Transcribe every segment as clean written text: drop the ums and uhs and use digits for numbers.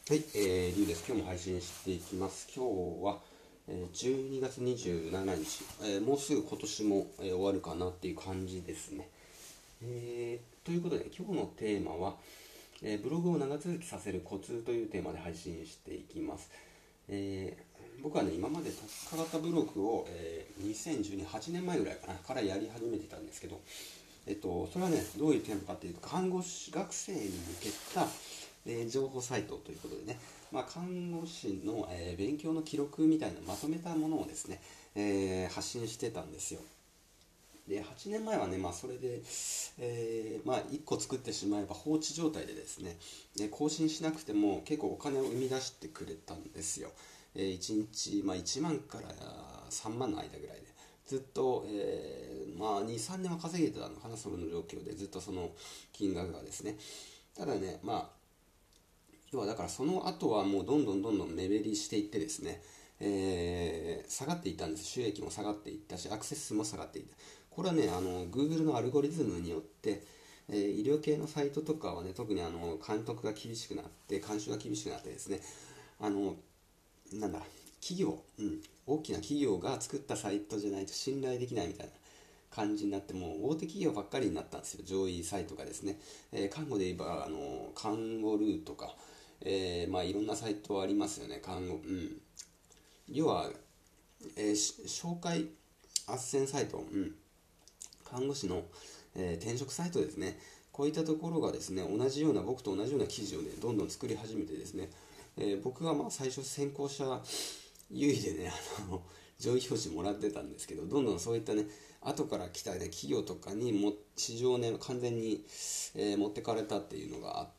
はい、リュウです。今日も配信していきます。今日は、12月27日、もうすぐ今年も、終わるかなっていう感じですね。ということで、今日のテーマは、ブログを長続きさせるコツというテーマで配信していきます。僕はね、今まで特化型ブログを、2012、8年前ぐらいからやり始めてたんですけど、それはね、どういうテーマかというと、看護師学生に向けた、情報サイトということでね、看護師の、勉強の記録みたいなまとめたものをですね、発信してたんですよ。で、8年前はね、それで、1個作ってしまえば放置状態でですね、更新しなくても結構お金を生み出してくれたんですよ。1日、1万から3万の間ぐらいで。ずっと、2、3年は稼げてたのかな、その状況で、ずっとその金額がですね。ただね、要はだからその後はもうどんどん目減りしていってですね、下がっていったんです。収益も下がっていったし、アクセス数も下がっていった。これはね、Google のアルゴリズムによって、医療系のサイトとかはね、特に監督が厳しくなって、監修が厳しくなってですね、あの、なんだ、企業、大きな企業が作ったサイトじゃないと信頼できないみたいな感じになって、もう大手企業ばっかりになったんですよ、上位サイトがですね。看護で言えば、看護ルートか、いろんなサイトありますよね、看護、要は、紹介斡旋サイト、看護師の、転職サイトですね。こういったところがですね、僕と同じような記事をね、どんどん作り始めてですね、僕が最初先行者優位でね、上位表示もらってたんですけど、どんどんそういったね、後から来た、ね、企業とかにも市場をね、完全に、持ってかれたっていうのがあって、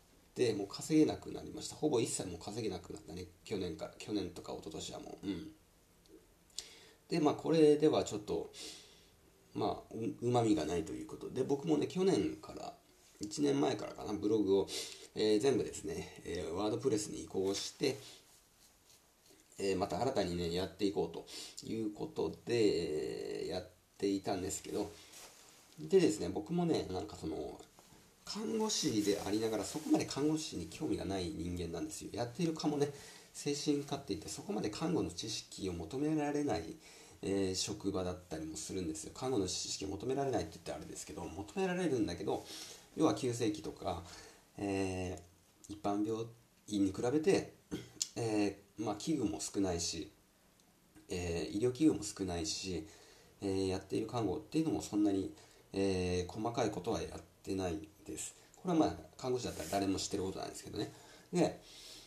もう稼げなくなりました。ほぼ一切もう稼げなくなったね、去年とか一昨年はもう。で、これではちょっと、うまみがないということで、僕もね、去年から、1年前からかな、ブログを、全部ですね、ワードプレスに移行して、また新たにね、やっていこうということで、やっていたんですけど、でですね、僕もね、看護師でありながら、そこまで看護師に興味がない人間なんですよ。やっている科もね、精神科っていって、そこまで看護の知識を求められない、職場だったりもするんですよ。看護の知識を求められないって言ってあれですけど、求められるんだけど、要は急性期とか、一般病院に比べて、器具も少ないし、医療器具も少ないし、やっている看護っていうのもそんなに、細かいことはやってないです。これは看護師だったら誰も知ってることなんですけどね。で、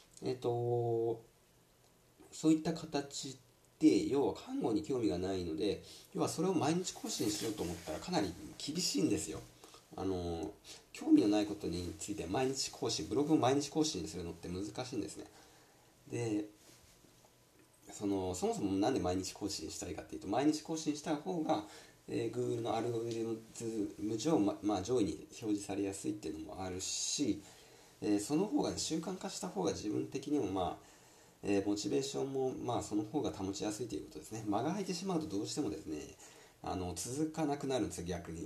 そういった形で、要は看護に興味がないので、要はそれを毎日更新しようと思ったらかなり厳しいんですよ。興味のないことについて毎日更新、ブログを毎日更新するのって難しいんですね。で、そもそもなんで毎日更新したいかっていうと、毎日更新した方が、Google のアルゴリズム上、上位に表示されやすいっていうのもあるし、その方が、ね、習慣化した方が自分的にもモチベーションもその方が保ちやすいということですね。間が空いてしまうとどうしてもですね、続かなくなるんですよ、逆に。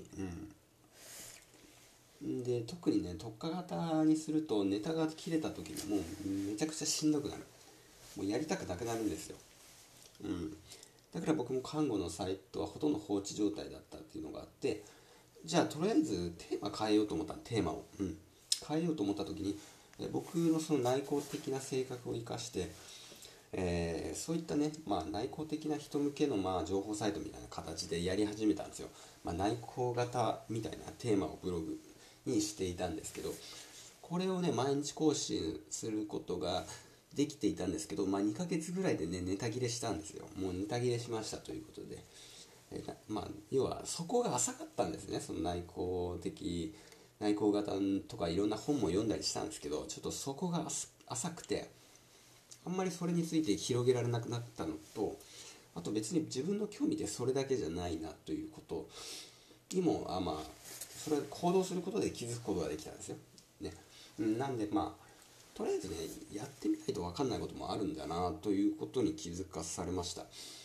で、特にね、特化型にするとネタが切れた時にもうめちゃくちゃしんどくなる。もうやりたくなくなるんですよ。だから僕も看護のサイトはほとんど放置状態だったっていうのがあって、じゃあとりあえずテーマ変えようと思ったテーマを、変えようと思った時に、僕のその内向的な性格を生かして、そういったね、内向的な人向けの情報サイトみたいな形でやり始めたんですよ。内向型みたいなテーマをブログにしていたんですけど、これをね、毎日更新することができていたんですけど、2ヶ月ぐらいでね、ネタ切れしたんですよ。もうネタ切れしましたということで。要は、そこが浅かったんですね、その内向型とかいろんな本も読んだりしたんですけど、ちょっとそこが浅くて、あんまりそれについて広げられなくなったのと、あと別に自分の興味ってそれだけじゃないなということにも、それを行動することで気づくことができたんですよ。ね。なんでとりあえずね、やってみないと分かんないこともあるんだなということに気づかされました。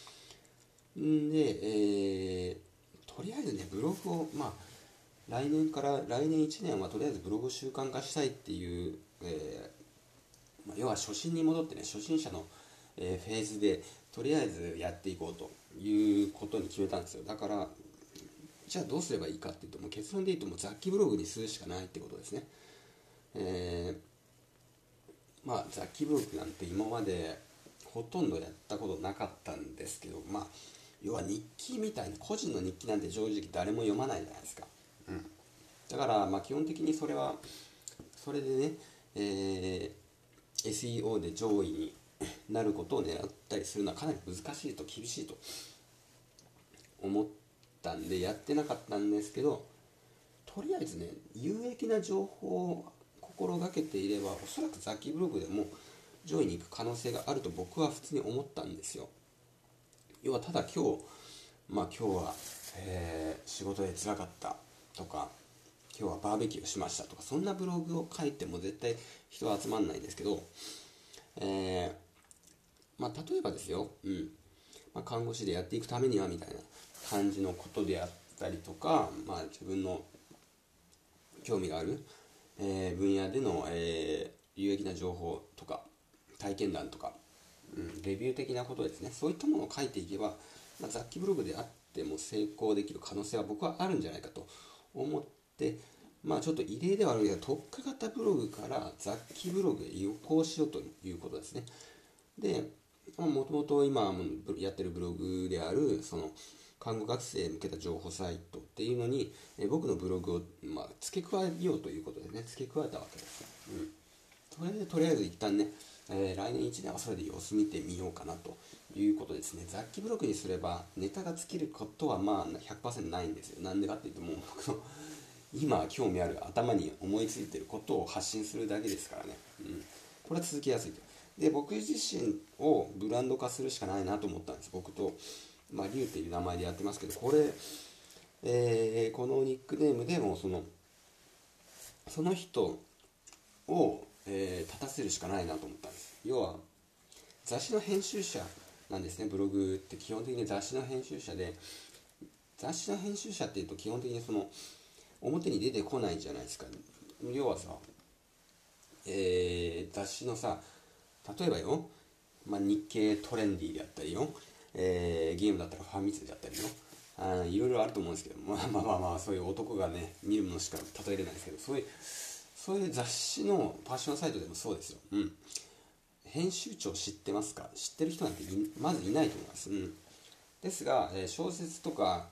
とりあえずね、ブログを、来年1年はとりあえずブログを習慣化したいっていう、 要は初心に戻ってね、初心者の、フェーズでとりあえずやっていこうということに決めたんですよ。だからじゃあどうすればいいかっていうと、もう結論で言うともう雑記ブログにするしかないってことですね。雑記ブログなんて今までほとんどやったことなかったんですけど、要は日記みたいな個人の日記なんて正直誰も読まないじゃないですか。だから基本的にそれでね、SEO で上位になることを狙ったりするのはかなり難しいと厳しいと思ったんでやってなかったんですけど、とりあえずね、有益な情報を心がけていればおそらく雑記ブログでも上位に行く可能性があると僕は普通に思ったんですよ。要はただ今日は、仕事で辛かったとか、今日はバーベキューしましたとか、そんなブログを書いても絶対人は集まんないんですけど、例えばですよ、看護師でやっていくためにはみたいな感じのことであったりとか、自分の興味がある、分野での、有益な情報とか体験談とか、レビュー的なことですね。そういったものを書いていけば、雑記ブログであっても成功できる可能性は僕はあるんじゃないかと思って、ちょっと異例ではあるけど特化型ブログから雑記ブログへ移行しようということですね。で、もともと今やってるブログであるその看護学生へ向けた情報サイトっていうのに、僕のブログを、付け加えようということでね、付け加えたわけです。それでとりあえず一旦ね、来年1年はそれで様子見てみようかなということですね。雑記ブログにすればネタが尽きることは100% ないんですよ。なんでかっていうと、もう僕の今興味ある頭に思いついてることを発信するだけですからね。これは続きやすいと。で、僕自身をブランド化するしかないなと思ったんです。僕と、リュウっていう名前でやってますけど、このニックネームでもその人を、立たせるしかないなと思ったんです。要は雑誌の編集者なんですね。ブログって基本的に雑誌の編集者で、雑誌の編集者っていうと基本的に表に出てこないじゃないですか。要はさ、雑誌のさ、例えばよ、日経トレンディであったりよ、ゲームだったらファミ通だったりよ、いろいろあると思うんですけど、そういう男がね見るものしか例えれないですけど、そういう雑誌のファッションサイトでもそうですよ。編集長知ってますか？知ってる人なんてまずいないと思います。ですが、小説とか、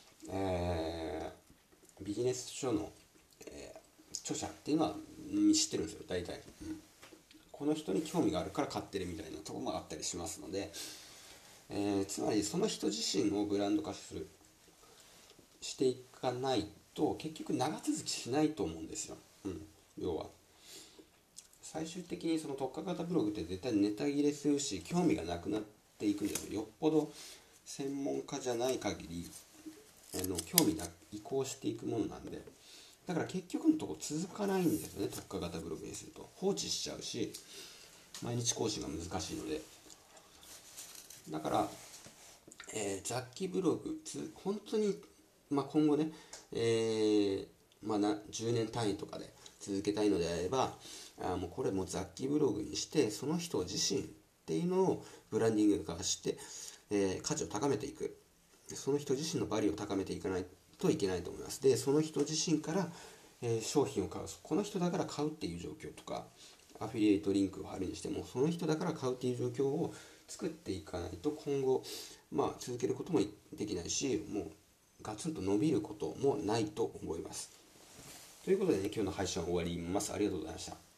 ビジネス書の、著者っていうのは知ってるんですよ、大体。この人に興味があるから買ってるみたいなところもあったりしますので、つまりその人自身をブランド化していかないと結局長続きしないと思うんですよ。要は最終的にその特化型ブログって絶対ネタ切れするし興味がなくなっていくんですよ。よっぽど専門家じゃない限り興味な移行していくものなんで、だから結局のところ続かないんですよね。特化型ブログにすると放置しちゃうし、毎日更新が難しいので。だから、雑記ブログ本当に、今後ね、10年単位とかで続けたいのであれば、もうこれも雑記ブログにしてその人自身っていうのをブランディング化して、価値を高めていく。その人自身のバリューを高めていかないといけないと思います。で、その人自身から、商品を買う、この人だから買うっていう状況とか、アフィリエイトリンクを貼るにしてもその人だから買うっていう状況を作っていかないと今後、続けることもできないし、もうガツンと伸びることもないと思います。ということでね、今日の配信は終わります。ありがとうございました。